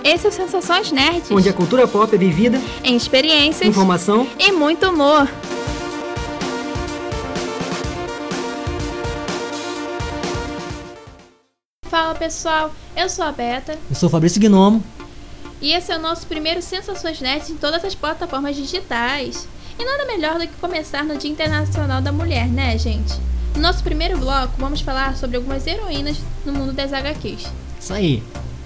Esse é o Sensações Nerds, onde a cultura pop é vivida em experiências, informação e muito humor. Fala pessoal, eu sou a Beta. Eu sou o Fabrício Gnomo. E esse é o nosso primeiro Sensações Nerds em todas as plataformas digitais. E nada melhor do que começar no Dia Internacional da Mulher, né, gente? No nosso primeiro bloco, vamos falar sobre algumas heroínas no mundo das HQs. Isso aí.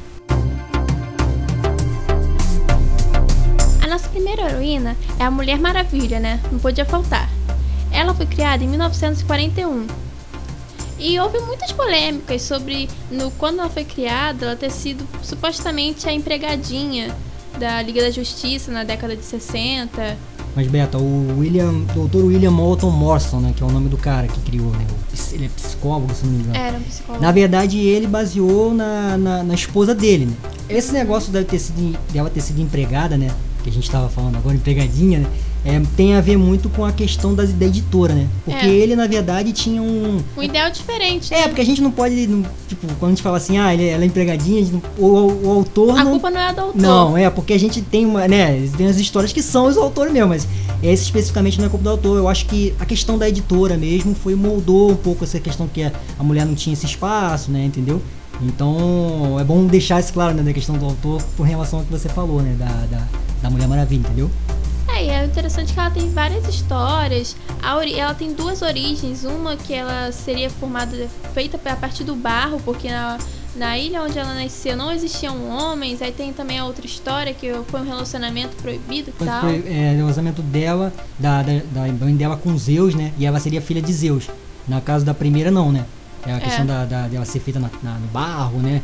A nossa primeira heroína é a Mulher Maravilha, né? Não podia faltar. Ela foi criada em 1941. E houve muitas polêmicas sobre quando ela foi criada, ela ter sido supostamente a empregadinha da Liga da Justiça na década de 60. Mas, Beto, o Dr. William Moulton Morrison, né, que é o nome do cara que criou, né? Ele é psicólogo, se não me engano. Era um psicólogo. Na verdade, ele baseou na esposa dele, né? Esse negócio dela ter sido empregada, né? Que a gente estava falando agora, empregadinha, né? Tem a ver muito com a questão da editora, né? Porque ele, na verdade, tinha um ideal diferente, né? Porque a gente não pode, tipo, quando a gente fala assim, ela é empregadinha, o autor a culpa não é do autor. Não, porque a gente tem tem as histórias que são os autores mesmo, mas esse especificamente não é culpa do autor. Eu acho que a questão da editora mesmo moldou um pouco essa questão que a mulher não tinha esse espaço, né, entendeu? Então, é bom deixar isso claro, né, da questão do autor por relação ao que você falou, né, da Mulher Maravilha, entendeu? E é interessante que ela tem várias histórias. Ela tem duas origens. Uma que ela seria feita a partir do barro, porque na ilha onde ela nasceu não existiam homens. Aí tem também a outra história, que foi um relacionamento proibido e tal. Foi o relacionamento dela, da mãe dela com Zeus, né? E ela seria filha de Zeus. No caso da primeira, não, né? É a questão dela ser feita no barro, né?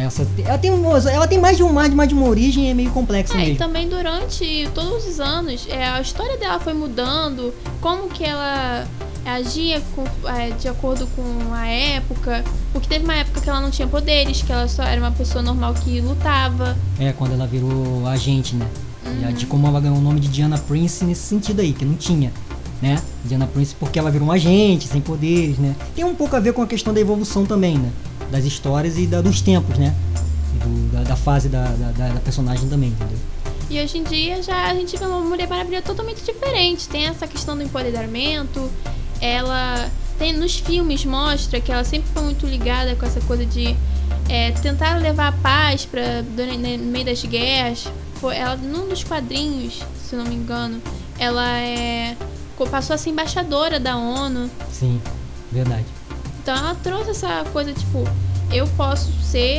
Ela tem mais de uma origem, é meio complexa mesmo. E também durante todos os anos, a história dela foi mudando, como que ela agia de acordo com a época, porque teve uma época que ela não tinha poderes, que ela só era uma pessoa normal que lutava. Quando ela virou agente, né? De como ela ganhou o nome de Diana Prince nesse sentido aí, que não tinha, né? Diana Prince porque ela virou um agente, sem poderes, né? Tem um pouco a ver com a questão da evolução também, né? Das histórias e dos tempos, né? Da fase da personagem também, entendeu? E hoje em dia a gente vê uma Mulher Maravilha totalmente diferente. Tem essa questão do empoderamento. Ela tem nos filmes, mostra que ela sempre foi muito ligada com essa coisa de tentar levar a paz no meio das guerras. Ela, num dos quadrinhos, se não me engano, ela passou a ser embaixadora da ONU. Sim, verdade. Então ela trouxe essa coisa, tipo, eu posso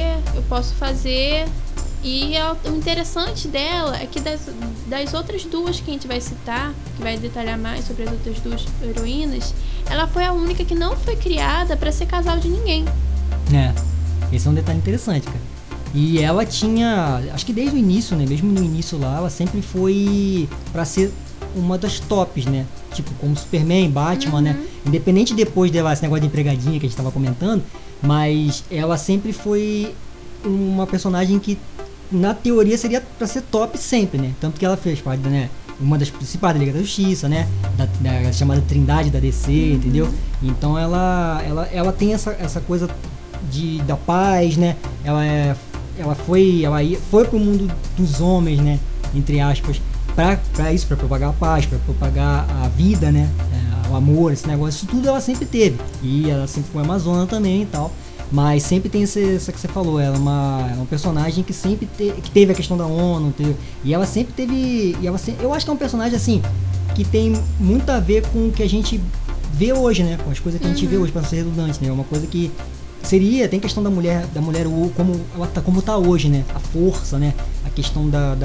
fazer. E o interessante dela é que das outras duas que a gente vai citar, que vai detalhar mais sobre as outras duas heroínas, ela foi a única que não foi criada pra ser casal de ninguém. Esse é um detalhe interessante, cara. E ela tinha, acho que desde o início, né, mesmo no início lá, ela sempre foi pra ser uma das tops, né? Tipo, como Superman, Batman, né? Independente depois dela, esse negócio de empregadinha que a gente tava comentando, mas ela sempre foi uma personagem que, na teoria, seria pra ser top sempre, né? Tanto que ela fez parte, né? Uma das principais da Liga da Justiça, né? Da chamada Trindade da DC, entendeu? Então ela tem essa coisa da paz, né? Ela foi pro mundo dos homens, né? Entre aspas, pra isso, pra propagar a paz, pra propagar a vida, né? O amor, esse negócio, isso tudo ela sempre teve. E ela sempre foi amazona também e tal. Mas sempre tem essa que você falou, ela é uma personagem que sempre que teve a questão da ONU, e ela sempre teve. Eu acho que é um personagem assim, que tem muito a ver com o que a gente vê hoje, né? Com as coisas que a gente vê hoje, pra não ser redundante, né? Uma coisa que tem questão da mulher como tá hoje, né? A força, né? A questão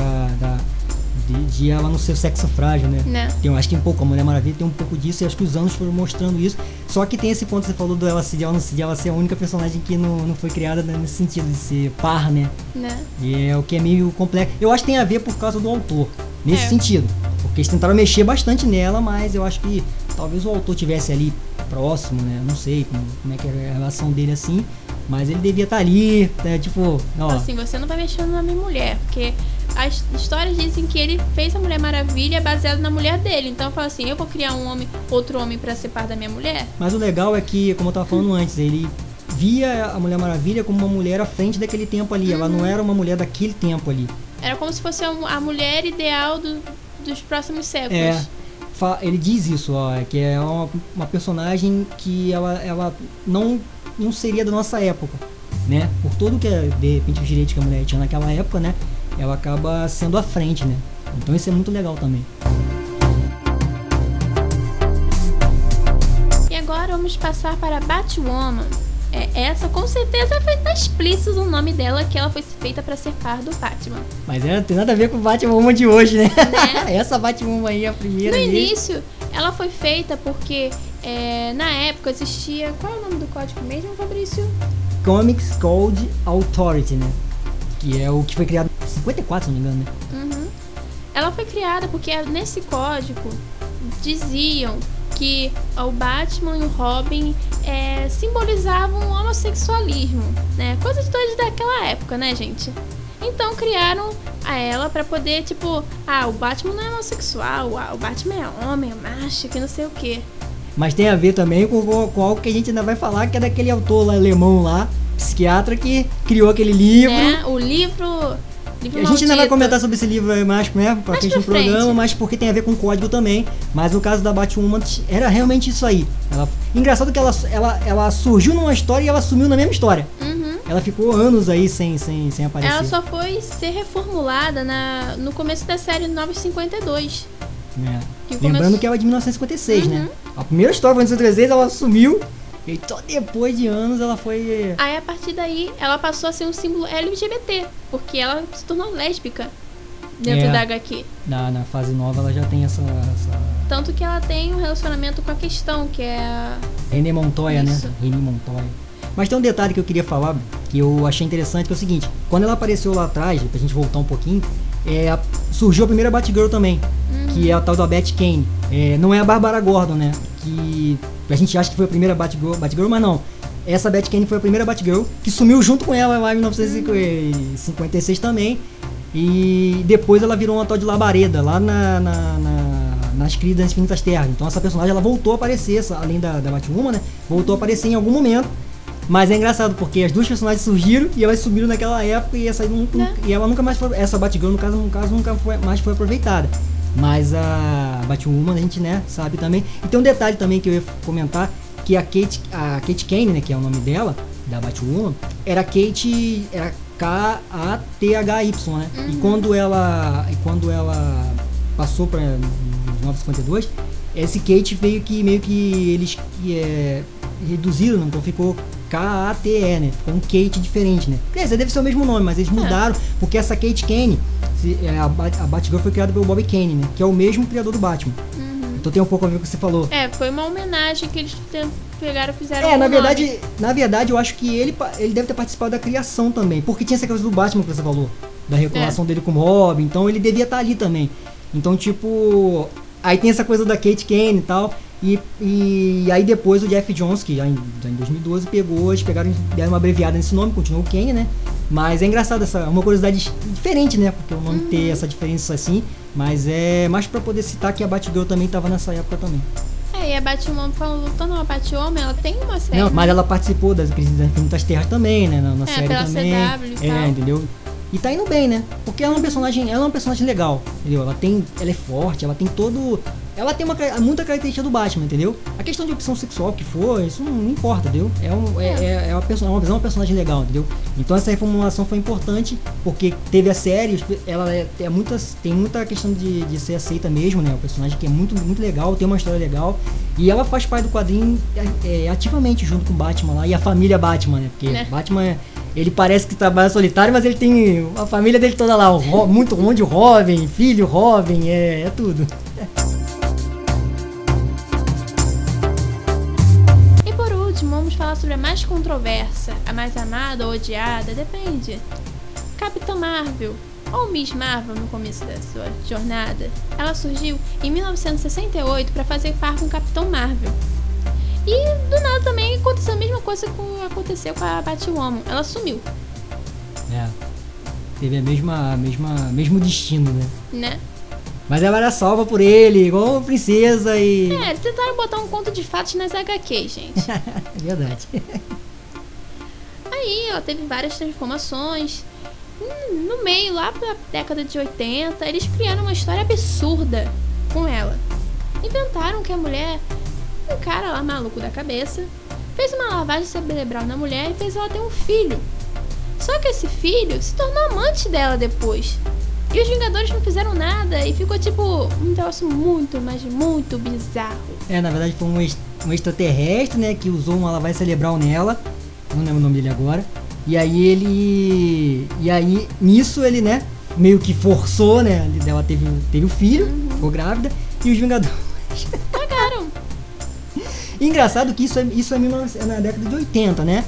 de ela não ser sexo frágil, né? Eu acho que um pouco, a Mulher Maravilha tem um pouco disso, e acho que os anos foram mostrando isso. Só que tem esse ponto que você falou de ela ser a única personagem que não foi criada nesse sentido, de ser par, né? E é o que é meio complexo. Eu acho que tem a ver por causa do autor, nesse sentido. Porque eles tentaram mexer bastante nela, mas eu acho que talvez o autor tivesse ali próximo, né? Não sei como é que é a relação dele assim, mas ele devia estar ali, né? Tipo, assim, você não vai mexer na minha mulher, porque as histórias dizem que ele fez a Mulher Maravilha baseado na mulher dele. Então eu falo assim, eu vou criar outro homem pra ser par da minha mulher? Mas o legal é que, como eu tava falando antes, ele via a Mulher Maravilha como uma mulher à frente daquele tempo ali. Ela não era uma mulher daquele tempo ali. Era como se fosse a mulher ideal dos próximos séculos. Ele diz isso, que é uma personagem que ela não seria da nossa época, né? Por todo que de repente os direitos que a mulher tinha naquela época, né? Ela acaba sendo à frente, né? Então isso é muito legal também. E agora vamos passar para Batwoman. Essa com certeza tá explícito o nome dela, que ela foi feita para ser par do Batman. Mas não tem nada a ver com o Batwoman de hoje, né? Essa Batwoman aí é a primeira. No início, ela foi feita porque na época existia... Qual é o nome do código mesmo, Fabrício? Comics Code Authority, né? Que é o que foi criado em 54, se não me engano, né? Uhum. Ela foi criada porque nesse código diziam que o Batman e o Robin simbolizavam o homossexualismo, né? Coisa de doido daquela época, né, gente? Então criaram a ela pra poder, tipo, o Batman não é homossexual, o Batman é homem, é macho, que não sei o quê. Mas tem a ver também com algo que a gente ainda vai falar, que é daquele autor lá, alemão lá, psiquiatra, que criou aquele livro. O livro a gente ainda vai comentar sobre esse livro mais, né, pra frente no programa, mas porque tem a ver com código também. Mas no caso da Batwoman, era realmente isso aí. Engraçado que ela surgiu numa história e ela sumiu na mesma história. Uhum. Ela ficou anos aí sem aparecer. Ela só foi ser reformulada no começo da série 952. Lembrando que ela é de 1956, né? A primeira história foi em 1956, ela sumiu. E só depois de anos ela foi... Aí a partir daí ela passou a ser um símbolo LGBT, porque ela se tornou lésbica dentro da HQ. Na fase nova ela já tem essa... Tanto que ela tem um relacionamento com a Questão, que é a... René Montoya, né? René Montoya. Mas tem um detalhe que eu queria falar, que eu achei interessante, que é o seguinte. Quando ela apareceu lá atrás, pra gente voltar um pouquinho, surgiu a primeira Batgirl também, que é a tal da Bat Kane. Não é a Bárbara Gordon, né? Que a gente acha que foi a primeira Batgirl, mas não. Essa Bat Kane foi a primeira Batgirl, que sumiu junto com ela lá em 1956 também. E depois ela virou uma tal de Labareda, lá nas Crises das Infinitas Terras. Então essa personagem ela voltou a aparecer, além da Batwoman, né? Voltou a aparecer em algum momento. Mas é engraçado, porque as duas personagens surgiram e elas subiram naquela época e ela nunca mais foi... Essa Batgirl, no caso nunca mais foi aproveitada. Mas a Batwoman a gente, né, sabe também. E tem um detalhe também que eu ia comentar, que a Kate Kane, né, que é o nome dela, da Batwoman, era K-A-T-H-Y, né? E quando ela passou para 1952, esse Kate veio que meio que eles reduziram, então ficou K-A-T-E, né? Ficou um Kate diferente, né? Quer dizer, deve ser o mesmo nome, mas eles mudaram, porque essa Kate Kane, a Batgirl foi criada pelo Bob Kane, né? Que é o mesmo criador do Batman. Então tem um pouco a ver com o que você falou. Foi uma homenagem que eles pegaram e fizeram na verdade, eu acho que ele deve ter participado da criação também, porque tinha essa coisa do Batman que você falou, da reclamação dele com o Robin, então ele devia estar ali também. Então, tipo, aí tem essa coisa da Kate Kane e tal. E aí depois o Jeff Johns, que já em 2012 eles deram uma abreviada nesse nome, continuou o Kane, né? Mas é engraçado, uma curiosidade diferente, né? Porque o nome ter essa diferença assim, mas é mais pra poder citar que a Batgirl também tava nessa época também. E a Batwoman, voltando a Batwoman, ela tem uma série. Não, mas ela participou das Crises das Infinitas Terras também, né? Na série pela também. CW e tal. Entendeu? E tá indo bem, né? Porque ela é uma personagem legal, entendeu? Ela é forte, ela tem muita característica do Batman, entendeu? A questão de opção sexual que for, isso não importa, entendeu? É uma personagem legal, entendeu? Então essa reformulação foi importante, porque teve a série, ela tem muita questão de ser aceita mesmo, né? O personagem que é muito, muito legal, tem uma história legal, e ela faz parte do quadrinho ativamente junto com o Batman lá, e a família Batman, né? Porque Batman, ele parece que trabalha solitário, mas ele tem a família dele toda lá, um monte de Robin, filho Robin, é tudo. Vamos falar sobre a mais controversa, a mais amada ou odiada, depende. Capitã Marvel, ou Miss Marvel no começo da sua jornada, ela surgiu em 1968 para fazer par com o Capitão Marvel. E do nada também aconteceu a mesma coisa que aconteceu com a Batwoman, ela sumiu. Teve mesmo destino, né? Mas ela era salva por ele, igual uma princesa e... tentaram botar um conto de fatos nas HQ, gente. É verdade. aí ela teve várias transformações. No meio, lá pra década de 80, eles criaram uma história absurda com ela. Inventaram que a mulher, um cara lá maluco da cabeça, fez uma lavagem cerebral na mulher e fez ela ter um filho. Só que esse filho se tornou amante dela depois. E os Vingadores não fizeram nada e ficou tipo um negócio muito, mas muito bizarro. Na verdade foi um extraterrestre, né, que usou uma lavagem cerebral nela, não lembro o nome dele agora. E aí nisso ele, né, meio que forçou, né, ela teve o filho, ficou grávida, e os Vingadores cagaram. Engraçado que isso é na década de 80, né?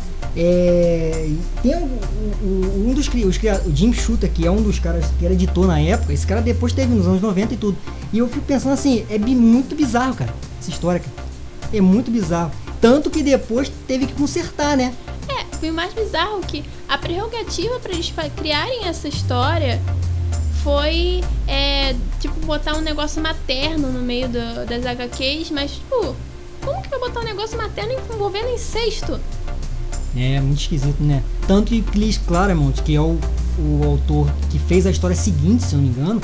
Tem um dos criadores, o Jim Shooter, que é um dos caras que era editor na época. Esse cara depois teve nos anos 90 e tudo. E eu fico pensando assim, muito bizarro, cara, essa história, cara. É muito bizarro. Tanto que depois teve que consertar, né? Foi mais bizarro que a prerrogativa pra eles criarem essa história foi, tipo, botar um negócio materno no meio das HQs, mas, tipo, como que vai botar um negócio materno envolvendo incesto? Muito esquisito, né? Tanto que Chris Claremont, que é o autor que fez a história seguinte, se eu não me engano,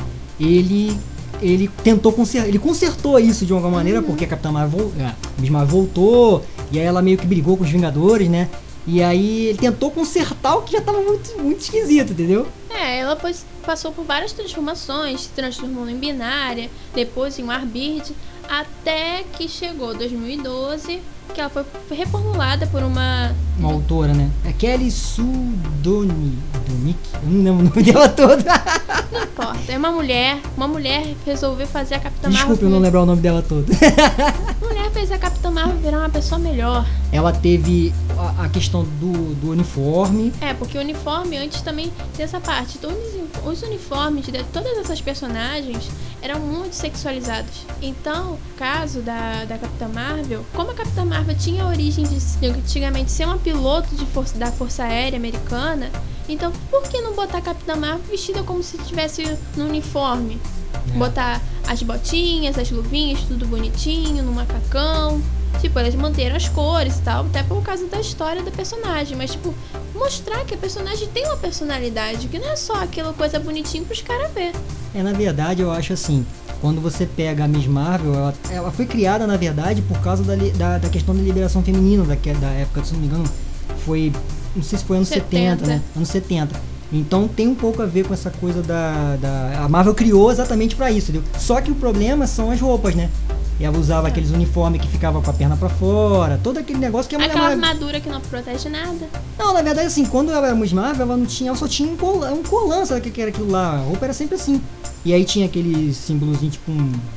ele tentou consertar, ele consertou isso de alguma maneira, porque a Capitã Marvel voltou, e aí ela meio que brigou com os Vingadores, né? E aí ele tentou consertar o que já tava muito, muito esquisito, entendeu? Ela passou por várias transformações, se transformou em binária, depois em Warbird, até que chegou 2012, que ela foi reformulada por uma autora, né? É Kelly Sue Donick, eu não lembro o nome dela toda. Não importa, é uma mulher resolveu fazer a Capitã Marvel. Desculpa eu não lembrar o nome dela toda. A mulher fez a Capitã Marvel virar uma pessoa melhor. Ela teve a questão do uniforme. Porque o uniforme antes também tem essa parte. Então, os uniformes de todas essas personagens eram muito sexualizados. Então, no caso da Capitã Marvel, como a Capitã Marvel tinha a origem de antigamente ser uma piloto da Força Aérea Americana, então por que não botar a Capitã Marvel vestida como se estivesse no uniforme? Botar as botinhas, as luvinhas, tudo bonitinho, no macacão. Tipo, elas manteram as cores e tal, até por causa da história da personagem. Mas, tipo, mostrar que a personagem tem uma personalidade, que não é só aquela coisa bonitinha pros caras ver. Na verdade, eu acho assim, quando você pega a Miss Marvel, ela foi criada, na verdade, por causa da questão da liberação feminina, da época, se não me engano, foi, não sei se foi anos 70, né? Anos 70. Então tem um pouco a ver com essa coisa a Marvel criou exatamente pra isso, entendeu? Só que o problema são as roupas, né? E ela usava aqueles uniformes que ficava com a perna pra fora, todo aquele negócio que a mulher... Aquela armadura que não protege nada. Não, na verdade, assim, quando ela era Miss Marvel, ela só tinha um colã, sabe o que era aquilo lá? A roupa era sempre assim. E aí tinha aquele símbolozinho, tipo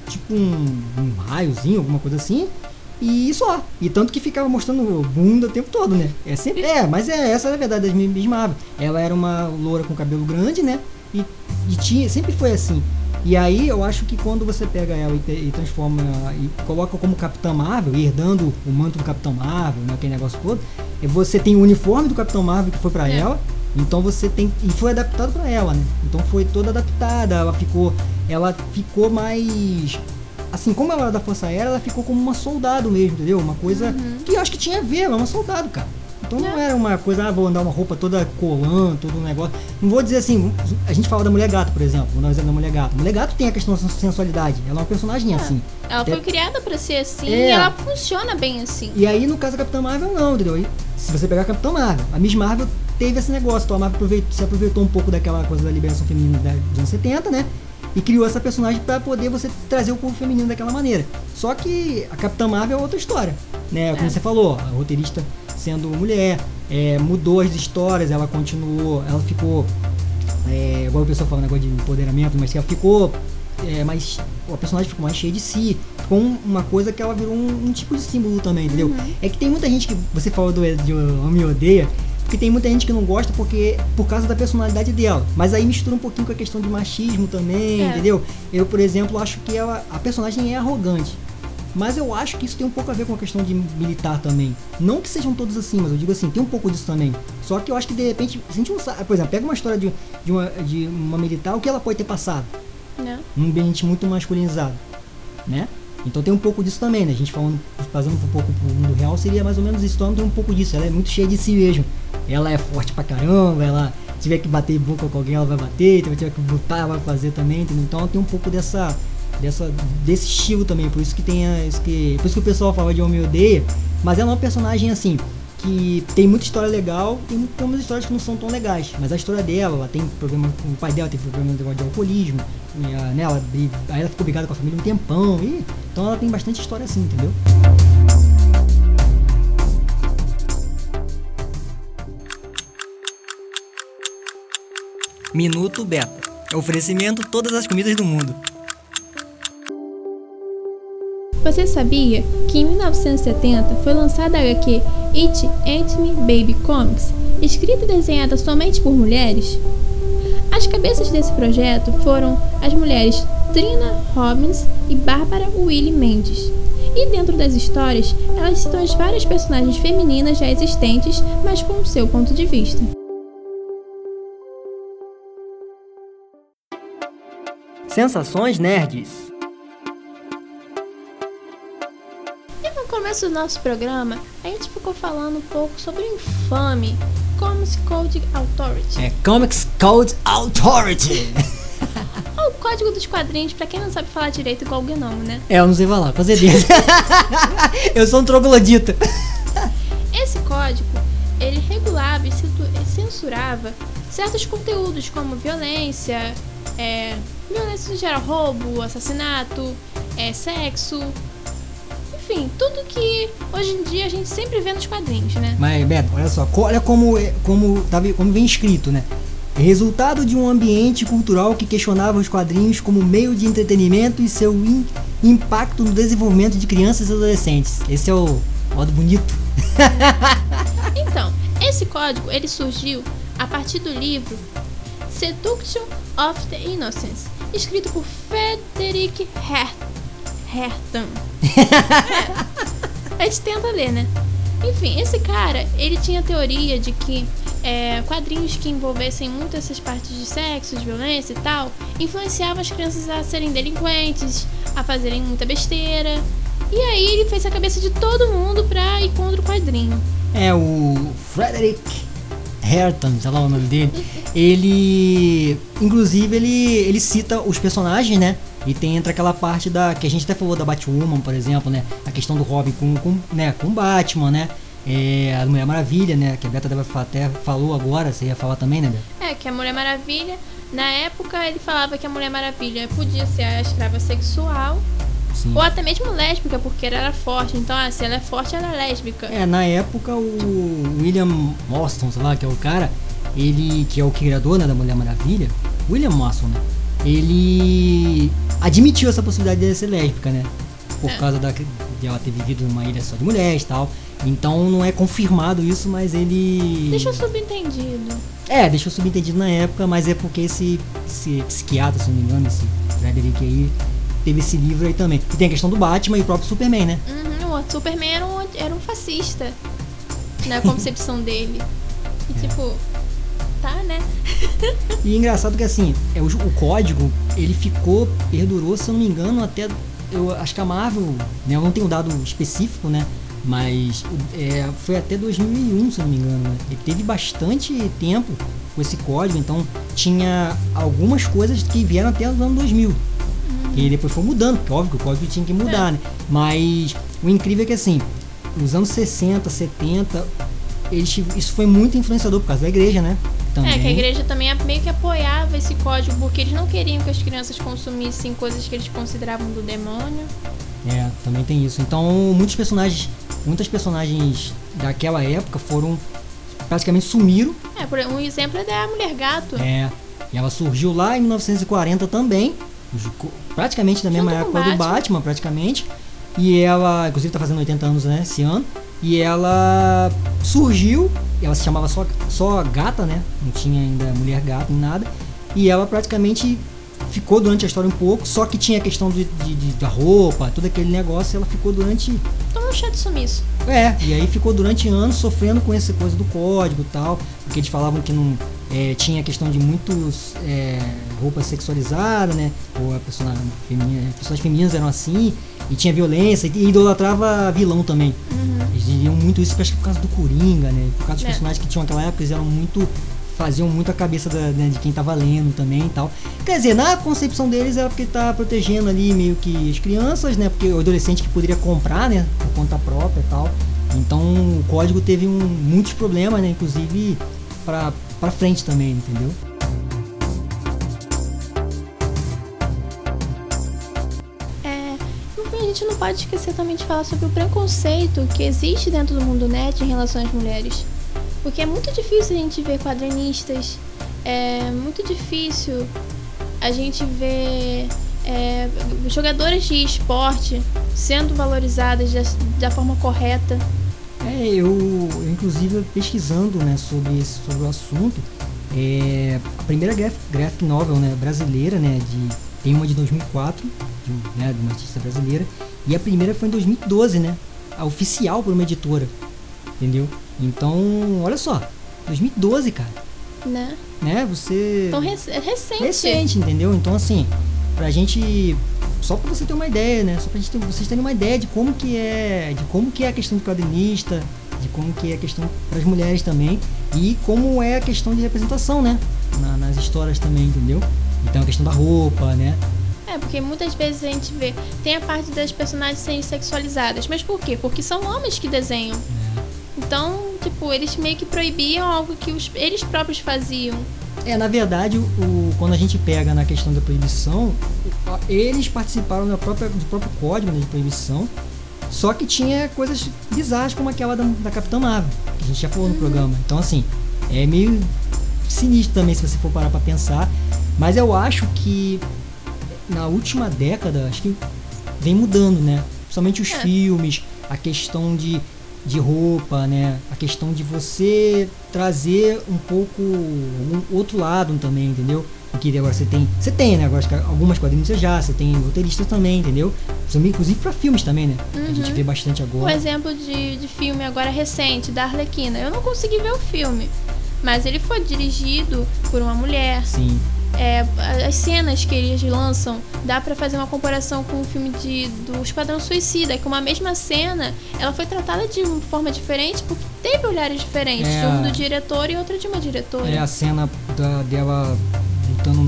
um raiozinho, alguma coisa assim. E só. E tanto que ficava mostrando bunda o tempo todo, né? Mas essa é a verdade das Miss Marvel. Ela era uma loura com cabelo grande, né? E sempre foi assim. E aí eu acho que quando você pega ela e transforma e coloca como Capitã Marvel, herdando o manto do Capitão Marvel, né, aquele negócio todo, você tem o uniforme do Capitão Marvel que foi pra ela, então você tem, e foi adaptado pra ela, né? Então foi toda adaptada, ela ficou mais, assim, como ela era da Força Aérea, ela ficou como uma soldado mesmo, entendeu? Uma coisa que eu acho que tinha a ver, ela é uma soldado, cara. Então não era uma coisa, vou andar uma roupa toda colã, todo um negócio. Não vou dizer assim, a gente fala da Mulher Gato, por exemplo, vou dar um exemplo da Mulher Gato. Mulher Gato tem a questão da sensualidade, ela é uma personagem assim. Ela foi criada pra ser assim e ela funciona bem assim. E aí no caso da Capitã Marvel não, entendeu? Se você pegar a Capitã Marvel, a Miss Marvel teve esse negócio, então a Marvel se aproveitou um pouco daquela coisa da liberação feminina dos anos 70, né? E criou essa personagem para poder você trazer o povo feminino daquela maneira. Só que a Capitã Marvel é outra história, né? Como você falou, a roteirista sendo mulher, mudou as histórias, ela continuou, ela ficou, igual o pessoal fala, negócio de empoderamento, mas ela ficou a personagem ficou mais cheia de si, ficou uma coisa que ela virou um tipo de símbolo também, entendeu? É que tem muita gente que, você falou de Homem Odeia, porque tem muita gente que não gosta por causa da personalidade dela. Mas aí mistura um pouquinho com a questão de machismo também, entendeu? Eu, por exemplo, acho que a personagem é arrogante. Mas eu acho que isso tem um pouco a ver com a questão de militar também. Não que sejam todos assim, mas eu digo assim, tem um pouco disso também. Só que eu acho que de repente, se a gente não sabe, por exemplo, pega uma história de uma militar, o que ela pode ter passado? Não. Num ambiente muito masculinizado, né? Então tem um pouco disso também, né? A gente fazendo um pouco pro mundo real, seria mais ou menos isso. Então tem um pouco disso, ela é muito cheia de si mesmo. ela é forte pra caramba, ela tiver que bater boca com alguém, ela vai bater, se tiver que lutar, ela vai fazer também, entendeu? Então ela tem um pouco desse estilo também, por isso que por isso que o pessoal fala de Homem e Odeia, mas ela é uma personagem assim, que tem muita história legal, tem umas histórias que não são tão legais, mas a história dela, ela tem problema com o pai dela, tem problema de alcoolismo, né, aí ela ficou brigada com a família um tempão, então ela tem bastante história assim, entendeu? Minuto Beta. Oferecimento todas as comidas do mundo. Você sabia que em 1970 foi lançada a HQ It Ain't Me Baby Comics, escrita e desenhada somente por mulheres? As cabeças desse projeto foram as mulheres Trina Robbins e Bárbara Willie Mendes. E dentro das histórias, elas citam as várias personagens femininas já existentes, mas com o seu ponto de vista. Sensações nerds. No começo do nosso programa, a gente ficou falando um pouco sobre o infame Comics Code Authority. Comics Code Authority. Ou o Código dos Quadrinhos, pra quem não sabe falar direito, igual o Gnome, né? Eu não sei falar, com certeza. Eu sou um troglodita. Esse código, ele regulava e censurava certos conteúdos como violência em geral, roubo, assassinato, sexo... Enfim, tudo que hoje em dia a gente sempre vê nos quadrinhos, né? Mas, Beto, olha só, olha como vem escrito, né? Resultado de um ambiente cultural que questionava os quadrinhos como meio de entretenimento e seu impacto no desenvolvimento de crianças e adolescentes. Esse é o modo bonito. Então, esse código, ele surgiu a partir do livro Seduction of the Innocents, escrito por Frederick Hertan. A gente tenta ler, né? Enfim, esse cara, ele tinha a teoria de que quadrinhos que envolvessem muito essas partes de sexo, de violência e tal, influenciavam as crianças a serem delinquentes, a fazerem muita besteira. E aí ele fez a cabeça de todo mundo pra ir contra o quadrinho. O Frederick Hertan, sei lá o nome dele, ele, inclusive, ele cita os personagens, né? E entra aquela parte que a gente até falou da Batwoman, por exemplo, né? A questão do Robin com Batman, né? A Mulher Maravilha, né? Que a Beta até falou agora, você ia falar também, né, Beta? Que a Mulher Maravilha, na época ele falava que a Mulher Maravilha podia ser a escrava sexual. Sim. Ou até mesmo lésbica, porque ela era forte. Então, se ela é forte, ela é lésbica. Na época, o William Moston, sei lá, que é o cara, ele, que é o criador, né, da Mulher Maravilha, William Moston, né? Ele admitiu essa possibilidade de ser lésbica, né? Por causa de ela ter vivido numa ilha só de mulheres e tal. Então não é confirmado isso, mas ele... Deixou subentendido. Deixou subentendido na época, mas é porque esse psiquiatra, se não me engano, esse Frederick aí, teve esse livro aí também. E tem a questão do Batman e o próprio Superman, né? O Superman era um fascista na concepção dele. E tipo... Tá, né? E engraçado que assim, o código, ele perdurou, se eu não me engano, até, eu acho que a Marvel, né, eu não tenho dado específico, né, mas foi até 2001, se eu não me engano, né? Ele teve bastante tempo com esse código, então tinha algumas coisas que vieram até os anos 2000. E depois foi mudando, porque óbvio que o código tinha que mudar, né? Mas o incrível é que assim, nos anos 60, 70, isso foi muito influenciador por causa da igreja, né? Também. Que a igreja também meio que apoiava esse código, porque eles não queriam que as crianças consumissem coisas que eles consideravam do demônio. Também tem isso. Então, muitas personagens daquela época praticamente sumiram. Um exemplo é da Mulher Gato. E ela surgiu lá em 1940 também, praticamente da mesma época do Batman, praticamente. E ela, inclusive, tá fazendo 80 anos, né, esse ano. E ela surgiu, ela se chamava só Gata, né? Não tinha ainda Mulher Gata nem nada. E ela praticamente ficou durante a história um pouco, só que tinha a questão da roupa, todo aquele negócio, ela ficou durante... Tomou um chá de sumiço. E aí ficou durante anos sofrendo com essa coisa do código e tal, porque eles falavam que não tinha a questão de muitos roupa sexualizada, né? Ou personagens femininas eram assim, E tinha violência e idolatrava vilão também. Eles diziam muito isso, acho que por causa do Coringa, né? Por causa dos personagens que tinham naquela época, eles eram muito... faziam muito a cabeça de quem tava lendo também e tal. Quer dizer, na concepção deles era porque tá protegendo ali meio que as crianças, né? Porque o adolescente que poderia comprar, né? Por conta própria e tal. Então o código teve muitos problemas, né? Inclusive pra frente também, entendeu? A gente não pode esquecer também de falar sobre o preconceito que existe dentro do mundo net em relação às mulheres. Porque é muito difícil a gente ver quadrinistas, é muito difícil a gente ver jogadoras de esporte sendo valorizadas da forma correta. Eu inclusive pesquisando, né, sobre o assunto, a primeira graphic novel, né, brasileira, né, tem uma de 2004, de uma artista brasileira, e a primeira foi em 2012, né, a oficial por uma editora, entendeu? Então, olha só, 2012, cara. Né? Você... Então, recente. Recente, entendeu? Então, assim, pra gente... Só pra você ter uma ideia, né? Só pra vocês terem uma ideia de como que é a questão do quadrinista, de como que é a questão pras mulheres também, e como é a questão de representação, né? Nas histórias também, entendeu? Então, a questão da roupa, né? Porque muitas vezes a gente vê... Tem a parte das personagens serem sexualizadas. Mas por quê? Porque são homens que desenham. Então, tipo, eles meio que proibiam algo que eles próprios faziam. Na verdade, quando a gente pega na questão da proibição, eles participaram do próprio código, né, de proibição, só que tinha coisas bizarras como aquela da Capitã Marvel, que a gente já falou no programa. Então, assim, é meio sinistro também se você for parar pra pensar, mas eu acho que na última década, acho que vem mudando, né? Principalmente os filmes, a questão de roupa, né? A questão de você trazer um pouco um outro lado também, entendeu? Porque agora você tem, né? Agora algumas quadrinhos você tem roteiristas também, entendeu? Inclusive para filmes também, né? A gente vê bastante agora. Um exemplo de filme agora recente, da Arlequina. Eu não consegui ver o filme, mas ele foi dirigido por uma mulher. Sim. As cenas que eles lançam, dá pra fazer uma comparação com o filme do Esquadrão Suicida, que uma mesma cena, ela foi tratada de uma forma diferente, porque teve olhares diferentes, um do diretor e outro de uma diretora. A cena dela lutando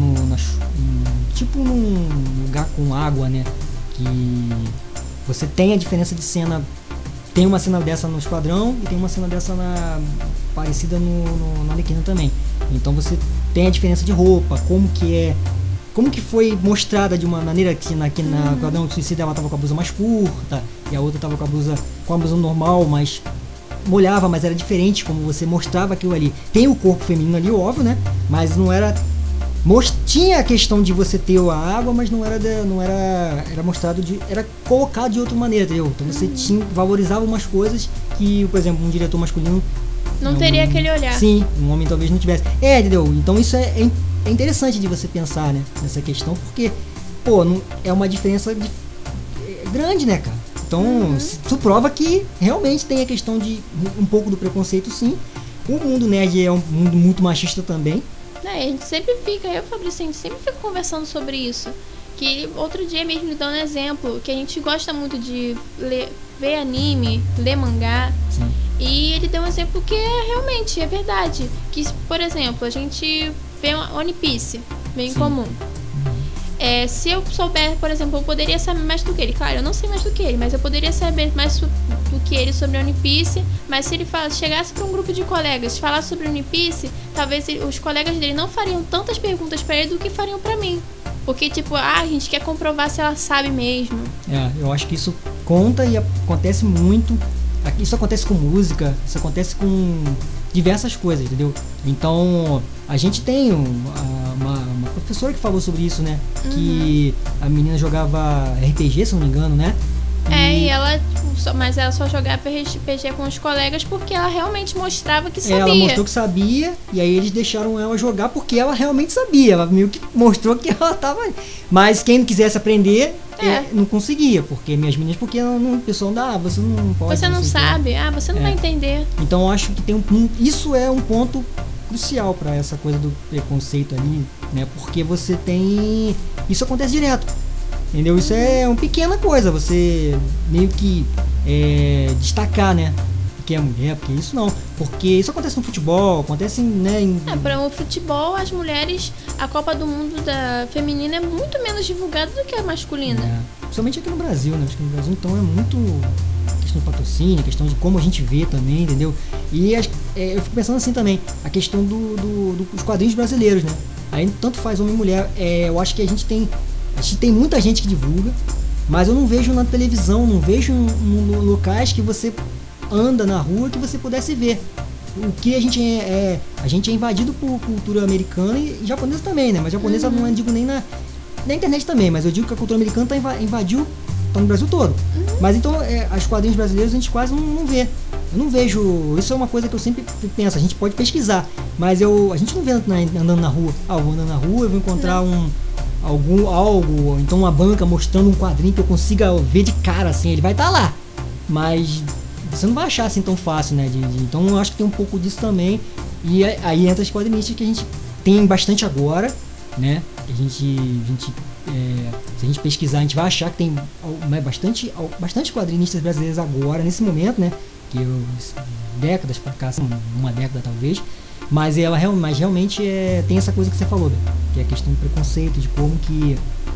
tipo num lugar com água, né? Que você tem a diferença de cena. Tem uma cena dessa no Esquadrão e tem uma cena dessa parecida no Arlequina também. Então você tem a diferença de roupa, como que foi mostrada de uma maneira que na Esquadrão do Suicida ela tava com a blusa mais curta e a outra tava com a blusa normal, mas molhava, mas era diferente como você mostrava aquilo ali. Tem o corpo feminino ali, óbvio, né? Mas não era... Tinha a questão de você ter a água, mas era mostrado era colocado de outra maneira, entendeu? Então você valorizava umas coisas que, por exemplo, um diretor masculino não teria aquele olhar. Sim, um homem talvez não tivesse. Entendeu? Então isso é interessante de você pensar, né? Nessa questão, porque, é uma diferença grande, né, cara? Então, isso prova que realmente tem a questão de um pouco do preconceito, sim. O mundo nerd é um mundo muito machista também. A gente sempre fica, eu e o Fabrício, a gente sempre fica conversando sobre isso. Que outro dia mesmo me dando um exemplo, que a gente gosta muito de ver anime, ler mangá. Sim. E ele deu um exemplo que realmente é verdade. Que, por exemplo, a gente vê One Piece, bem comum. Se eu souber, por exemplo, eu poderia saber mais do que ele. Claro, eu não sei mais do que ele, mas eu poderia saber mais do que ele sobre One Piece. Mas se ele chegasse para um grupo de colegas e falasse sobre One Piece, talvez os colegas dele não fariam tantas perguntas para ele do que fariam para mim. Porque, a gente quer comprovar se ela sabe mesmo. Eu acho que isso conta e acontece muito. Isso acontece com música, isso acontece com diversas coisas, entendeu? Então, a gente tem uma professora que falou sobre isso, né? Que a menina jogava RPG, se não me engano, né? E ela, mas ela só jogava RPG com os colegas porque ela realmente mostrava que sabia. Ela mostrou que sabia, e aí eles deixaram ela jogar porque ela realmente sabia. Ela meio que mostrou que ela tava... Mas quem não quisesse aprender, não conseguia, porque minhas meninas, porque o pessoal você não pode... Você não sabe, você não vai entender. Então eu acho que isso é um ponto crucial para essa coisa do preconceito ali, né? Porque você tem... Isso acontece direto. entendeu? Isso é uma pequena coisa, você meio que destacar, né? Porque é mulher, porque isso não. Porque isso acontece no futebol, acontece, né? Para o futebol, as mulheres, a Copa do Mundo da feminina é muito menos divulgada do que a masculina. Principalmente aqui no Brasil, né? Acho que no Brasil, então, é muito questão de patrocínio, questão de como a gente vê também, entendeu? E eu fico pensando assim também, a questão dos quadrinhos brasileiros, né? Aí tanto faz homem e mulher. Eu acho que a gente tem muita gente que divulga, mas eu não vejo na televisão, não vejo em locais que você anda na rua que você pudesse ver. O que a gente é invadido por cultura americana e japonesa também, né? Mas japonesa não digo nem na internet também, mas eu digo que a cultura americana invadiu, tá no Brasil todo. Mas então, os quadrinhos brasileiros a gente quase não vê. Eu não vejo. Isso é uma coisa que eu sempre penso. A gente pode pesquisar, mas a gente não vê andando na rua. Eu vou andando na rua, eu vou encontrar algo, então uma banca mostrando um quadrinho que eu consiga ver de cara, assim. Ele vai estar lá, mas você não vai achar assim tão fácil, né? Então eu acho que tem um pouco disso também. E aí entra as quadrinistas que a gente tem bastante agora, né? Se a gente pesquisar, a gente vai achar que tem bastante quadrinistas brasileiros agora, nesse momento, né? Que décadas pra cá, assim, uma década talvez. Mas realmente tem essa coisa que você falou, né? Que é a questão do preconceito, de como que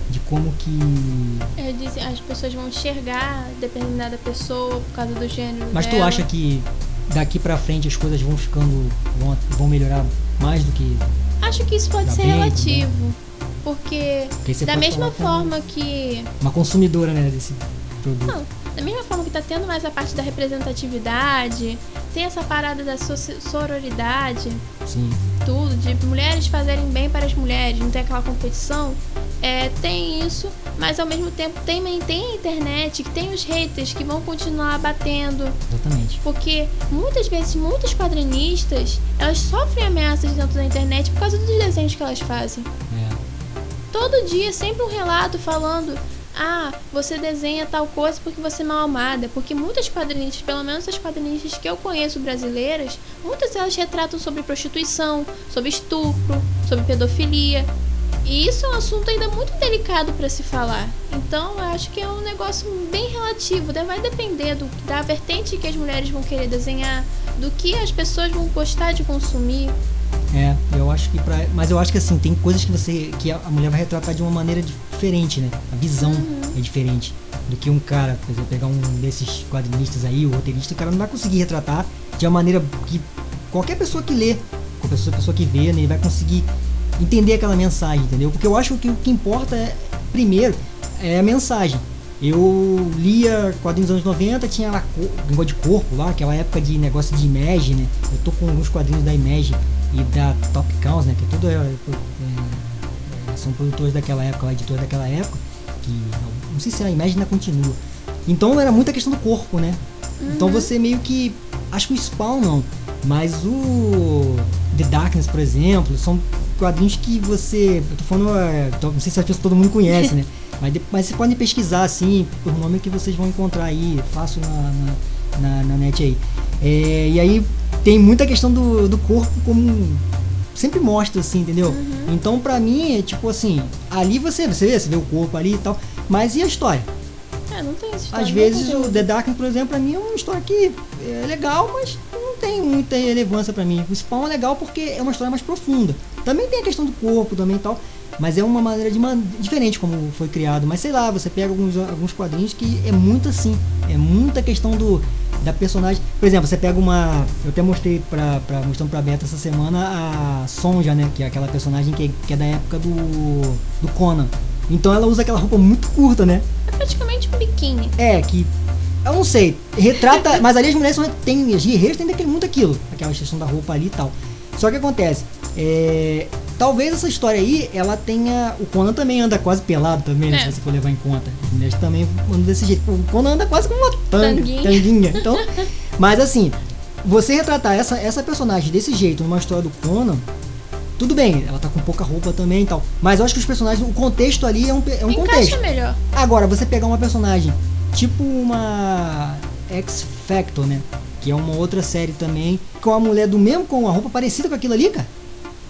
as pessoas vão enxergar determinada pessoa por causa do gênero. Mas dela. tu acha que daqui pra frente as coisas vão melhorar mais do que... Acho que isso pode ser relativo. Porque da mesma forma que... Uma consumidora, né, desse produto. Não, da mesma forma que tá tendo mais a parte da representatividade, tem essa parada da sororidade. Sim. Tudo, de mulheres fazerem bem para as mulheres, não tem aquela competição. Tem isso, mas ao mesmo tempo tem a internet, que tem os haters que vão continuar batendo. Exatamente. Porque muitas vezes, muitas quadrinistas, elas sofrem ameaças dentro da internet por causa dos desenhos que elas fazem. Todo dia, sempre um relato falando: você desenha tal coisa porque você é mal amada. Porque muitas quadrinistas, pelo menos as quadrinistas que eu conheço brasileiras, muitas delas retratam sobre prostituição, sobre estupro, sobre pedofilia. E isso é um assunto ainda muito delicado para se falar. Então eu acho que é um negócio bem relativo. Vai depender da vertente que as mulheres vão querer desenhar, do que as pessoas vão gostar de consumir. Eu acho que mas eu acho que assim, tem coisas que a mulher vai retratar de uma maneira diferente, né? A visão é diferente do que um cara, por exemplo, pegar um desses quadrinistas aí, o roteirista, o cara não vai conseguir retratar de uma maneira que qualquer pessoa que lê, qualquer pessoa que vê, né, ele vai conseguir entender aquela mensagem, entendeu? Porque eu acho que o que importa primeiro é a mensagem. Eu lia quadrinhos dos anos 90, tinha lá negócio de corpo lá, aquela época de negócio de Image, né? Eu tô com alguns quadrinhos da Image e da Top Cows, né? Que tudo são produtores daquela época, editores daquela época, que não sei se a Image ainda continua. Então era muita questão do corpo, né? Então você meio que... Acho que o Spawn não, mas o The Darkness, por exemplo, são quadrinhos que você... Eu tô falando... Não sei se todo mundo conhece, né? Mas vocês podem pesquisar, assim, por nome que vocês vão encontrar aí, fácil na net aí. E aí tem muita questão do corpo, como sempre mostra, assim, entendeu? Então pra mim, tipo assim, ali você vê o corpo ali e tal, mas e a história? Não tem essa história. Às vezes o The Darkness, por exemplo, pra mim é uma história que é legal, mas não tem muita relevância pra mim. O Spawn é legal porque é uma história mais profunda. Também tem a questão do corpo também e tal, mas é uma maneira diferente como foi criado. Mas sei lá, você pega alguns quadrinhos que é muito assim, é muita questão da personagem. Por exemplo, você pega eu até mostrei mostrando pra Beta essa semana a Sonja, né, que é aquela personagem que é da época do Conan. Então ela usa aquela roupa muito curta, né? É praticamente um biquíni. Que eu não sei, retrata, mas ali as mulheres as guerreiras têm muito aquilo, aquela questão da roupa ali e tal. Só que acontece, talvez essa história aí, ela tenha... O Conan também anda quase pelado também, né, se você for levar em conta. As mulheres também andam desse jeito. O Conan anda quase com uma tanguinha. Então, mas assim, você retratar essa personagem desse jeito numa história do Conan, tudo bem, ela tá com pouca roupa também e tal. Mas eu acho que os personagens, o contexto ali é um contexto. Encaixa melhor. Agora, você pegar uma personagem tipo uma X Factor, né? Que é uma outra série também, com a mulher com a roupa parecida com aquilo ali, cara.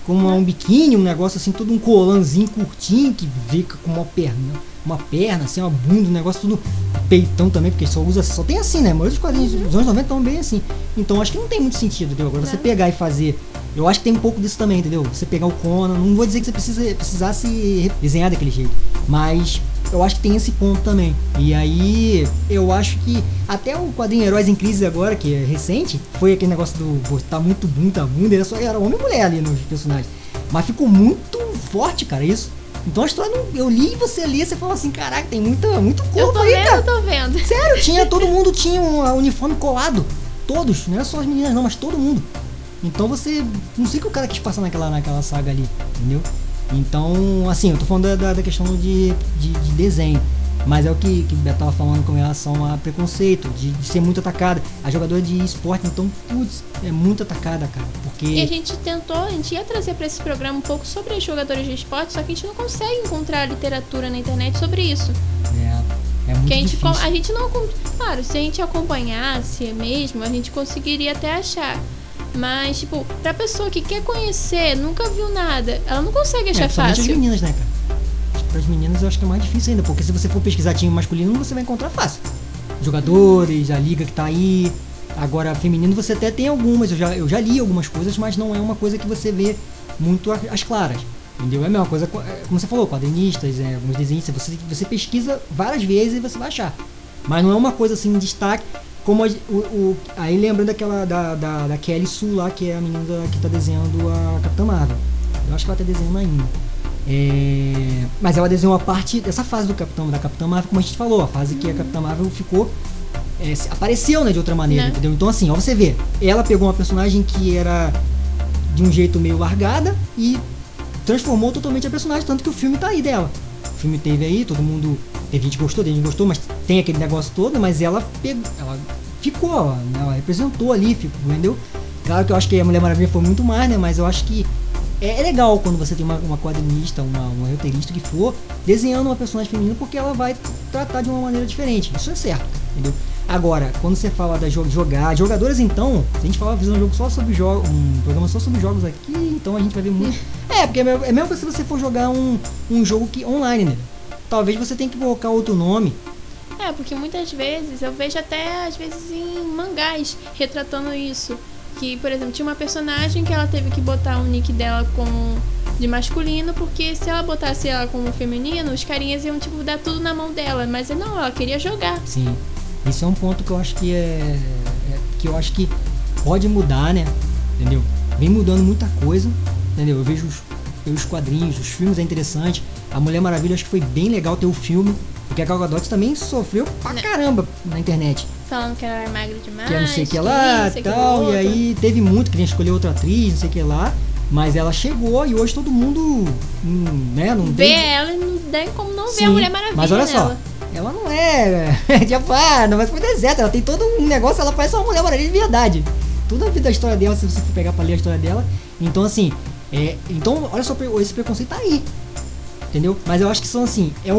como um biquíni, um negócio assim, todo um colanzinho curtinho, que fica com uma perna, assim, uma bunda, um negócio tudo peitão também, porque só tem assim, né? A maioria dos quadrinhos dos anos 90 estão bem assim. Então acho que não tem muito sentido, entendeu? Agora você pegar e fazer. Eu acho que tem um pouco disso também, entendeu? Você pegar o Conan, não vou dizer que você precisasse desenhar daquele jeito, mas eu acho que tem esse ponto também. E aí, eu acho que até o quadrinho Heróis em Crise agora, que é recente, foi aquele negócio do botar muito bunda, era homem e mulher ali nos personagens. Mas ficou muito forte, cara, isso. Então a história, eu li e você lia, você fala assim, caraca, tem muito corpo aí, cara. Eu tô vendo. Sério, todo mundo tinha um uniforme colado. Todos, não era só as meninas não, mas todo mundo. Então você, não sei o que o cara quis passar naquela saga ali, entendeu? Então, assim, eu tô falando da questão de desenho, mas é o que o Beto tava falando com relação a preconceito, de ser muito atacada. A jogadora de esporte, então, putz, é muito atacada, cara, porque... E a gente ia trazer pra esse programa um pouco sobre os jogadores de esporte, só que a gente não consegue encontrar literatura na internet sobre isso. É muito difícil. A gente não... Claro, se a gente acompanhasse mesmo, a gente conseguiria até achar. Mas, tipo, pra pessoa que quer conhecer, nunca viu nada, ela não consegue achar fácil. As meninas, né, cara? Para as meninas eu acho que é mais difícil ainda, porque se você for pesquisar time masculino, você vai encontrar fácil. Jogadores, a liga que tá aí. Agora, feminino você até tem algumas, eu já li algumas coisas, mas não é uma coisa que você vê muito às claras. Entendeu? É a mesma coisa, como você falou, quadrinistas, alguns desenhistas, você pesquisa várias vezes e você vai achar. Mas não é uma coisa assim em destaque, como aí lembrando daquela da Kelly Sue lá, que é a menina que tá desenhando a Capitã Marvel. Eu acho que ela tá desenhando ainda. Mas ela desenhou a parte dessa fase da Capitã Marvel, como a gente falou, a fase que a Capitã Marvel ficou, apareceu, né, de outra maneira, entendeu? Então assim, ó, você vê, ela pegou uma personagem que era de um jeito meio largada e transformou totalmente a personagem, tanto que o filme tá aí dela. O filme teve aí, todo mundo, teve gente que gostou, mas tem aquele negócio todo, mas ela ficou, né, ela representou ali, entendeu? Claro que eu acho que a Mulher Maravilha foi muito mais, né, mas eu acho que é legal quando você tem uma quadrinista, uma roteirista que for desenhando uma personagem feminina, porque ela vai tratar de uma maneira diferente. Isso é certo, entendeu? Agora, quando você fala da jogadoras, então, se a gente fazer um jogo só sobre jogos, um programa só sobre jogos aqui, então a gente vai ver muito. Porque é mesmo que se você for jogar um jogo online, né? Talvez você tenha que colocar outro nome. Porque muitas vezes, eu vejo até às vezes em mangás retratando isso. Que, por exemplo, tinha uma personagem que ela teve que botar o nick dela de masculino, porque se ela botasse ela como feminino, os carinhas iam, tipo, dar tudo na mão dela. Mas não, ela queria jogar. Sim, isso é um ponto que eu acho que eu acho que pode mudar, né? Entendeu? Vem mudando muita coisa, entendeu? Eu vejo os quadrinhos, os filmes, é interessante. A Mulher Maravilha, acho que foi bem legal ter o filme, porque a Gal Gadot também sofreu pra caramba na internet. Falando que ela era magra demais, que não sei o que lá e tal, e aí teve muito, queria escolher outra atriz, não sei o que lá, mas ela chegou e hoje todo mundo, né, não vê ela e não tem como não ver a Mulher Maravilha. Mas olha só, ela não é tipo, não vai pro deserto, ela tem todo um negócio, ela parece uma Mulher Maravilha de verdade. Toda a vida da história dela, se você for pegar pra ler a história dela, então assim, então olha só, esse preconceito tá aí, entendeu? Mas eu acho que são assim, é um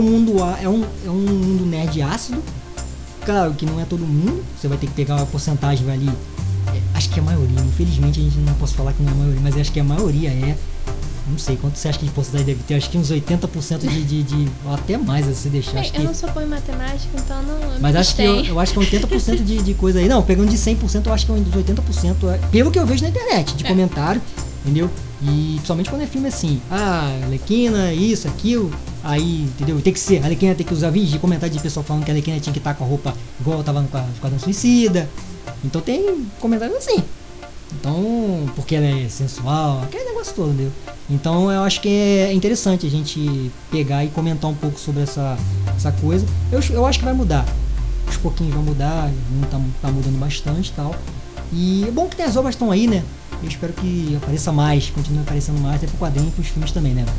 mundo nerd ácido. Claro que não é todo mundo, você vai ter que pegar uma porcentagem ali, acho que a maioria, infelizmente a gente não posso falar que não é a maioria, mas acho que a maioria não sei quanto você acha que de porcentagem deve ter, acho que uns 80% de ou até mais, se deixar. Eu não sou boa em matemática, então não. Mas acho que eu acho que é 80% de coisa aí, não, pegando de 100%, eu acho que é uns 80%, pelo que eu vejo na internet, de comentário, entendeu? E principalmente quando é filme assim, Arlequina, isso, aquilo, aí, entendeu? Tem que ser, a Arlequina tem que usar vídeo de comentário de pessoal falando que a Arlequina tinha que estar com a roupa igual ela tava no Esquadrão Suicida. Então tem comentários assim. Então, porque ela é sensual, aquele negócio todo, entendeu? Então eu acho que é interessante a gente pegar e comentar um pouco sobre essa coisa. Eu acho que vai mudar. Aos pouquinhos vai mudar, tá mudando bastante e tal. E é bom que as obras estão aí, né? Eu espero que apareça mais, continue aparecendo mais, até pro quadrinho e pros filmes também, né?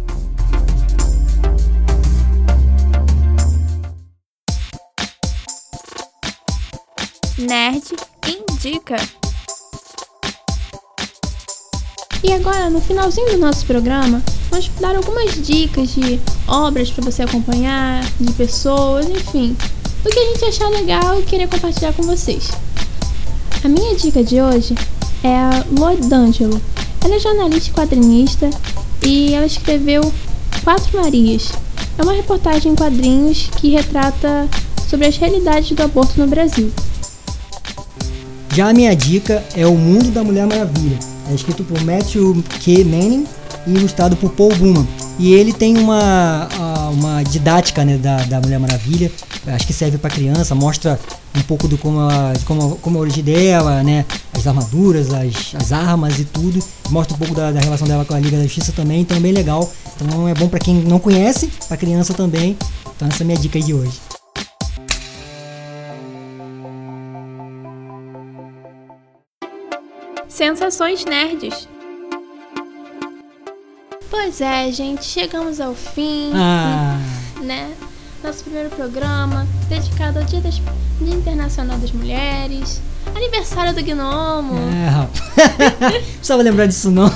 Nerd Indica. E agora, no finalzinho do nosso programa, vamos dar algumas dicas de obras para você acompanhar, de pessoas, enfim, o que a gente achar legal e querer compartilhar com vocês. A minha dica de hoje é a Lloyd D'Angelo. Ela é jornalista e quadrinista e ela escreveu Quatro Marias. É uma reportagem em quadrinhos que retrata sobre as realidades do aborto no Brasil. Já a minha dica é O Mundo da Mulher Maravilha. É escrito por Matthew K. Manning e ilustrado por Paul Bowman. E ele tem uma didática, né, da Mulher Maravilha. Acho que serve para criança, mostra um pouco de como a origem dela, né, as armaduras, as armas e tudo. Mostra um pouco da relação dela com a Liga da Justiça também, então é bem legal. Então é bom para quem não conhece, para criança também. Então essa é a minha dica aí de hoje. Sensações Nerds. Pois é, gente, chegamos ao fim, né? Nosso primeiro programa, dedicado ao Dia Internacional das Mulheres, aniversário do Gnomo. Rapaz. Não precisava lembrar disso, não.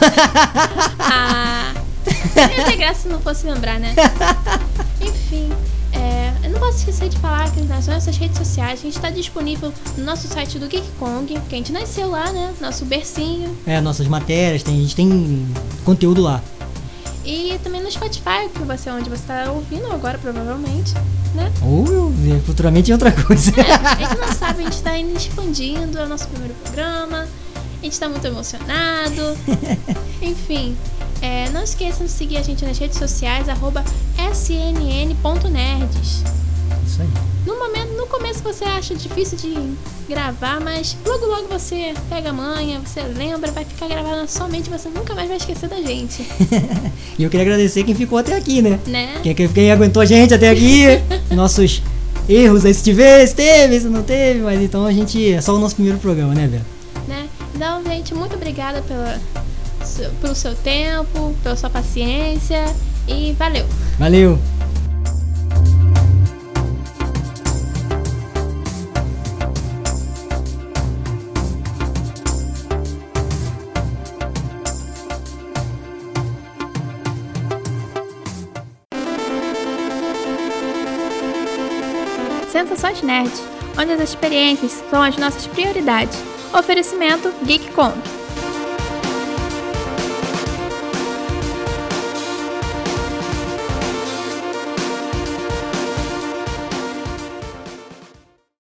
Ia ter graça se não fosse lembrar, né? Enfim, eu não posso esquecer de falar que nas nossas redes sociais a gente está disponível no nosso site do Geek Kong, que a gente nasceu lá, né? Nosso bercinho. Nossas matérias, a gente tem conteúdo lá. E também no Spotify, que você é onde você está ouvindo agora, provavelmente, né? Ou futuramente em outra coisa. A gente não sabe, a gente está ainda expandindo, é o nosso primeiro programa. A gente está muito emocionado. Enfim, não esqueçam de seguir a gente nas redes sociais, @snn.nerds. Isso aí. No começo você acha difícil de gravar, mas logo você pega a manha, você lembra, vai ficar gravado na sua mente e você nunca mais vai esquecer da gente. E eu queria agradecer quem ficou até aqui, né? Quem aguentou a gente até aqui, nossos erros aí, se teve, se não teve, mas então a gente, é só o nosso primeiro programa, né, Bela? Então, gente, muito obrigada pelo seu tempo, pela sua paciência e valeu! Valeu! Sensações Nerds, onde as experiências são as nossas prioridades. Oferecimento Geek Kong.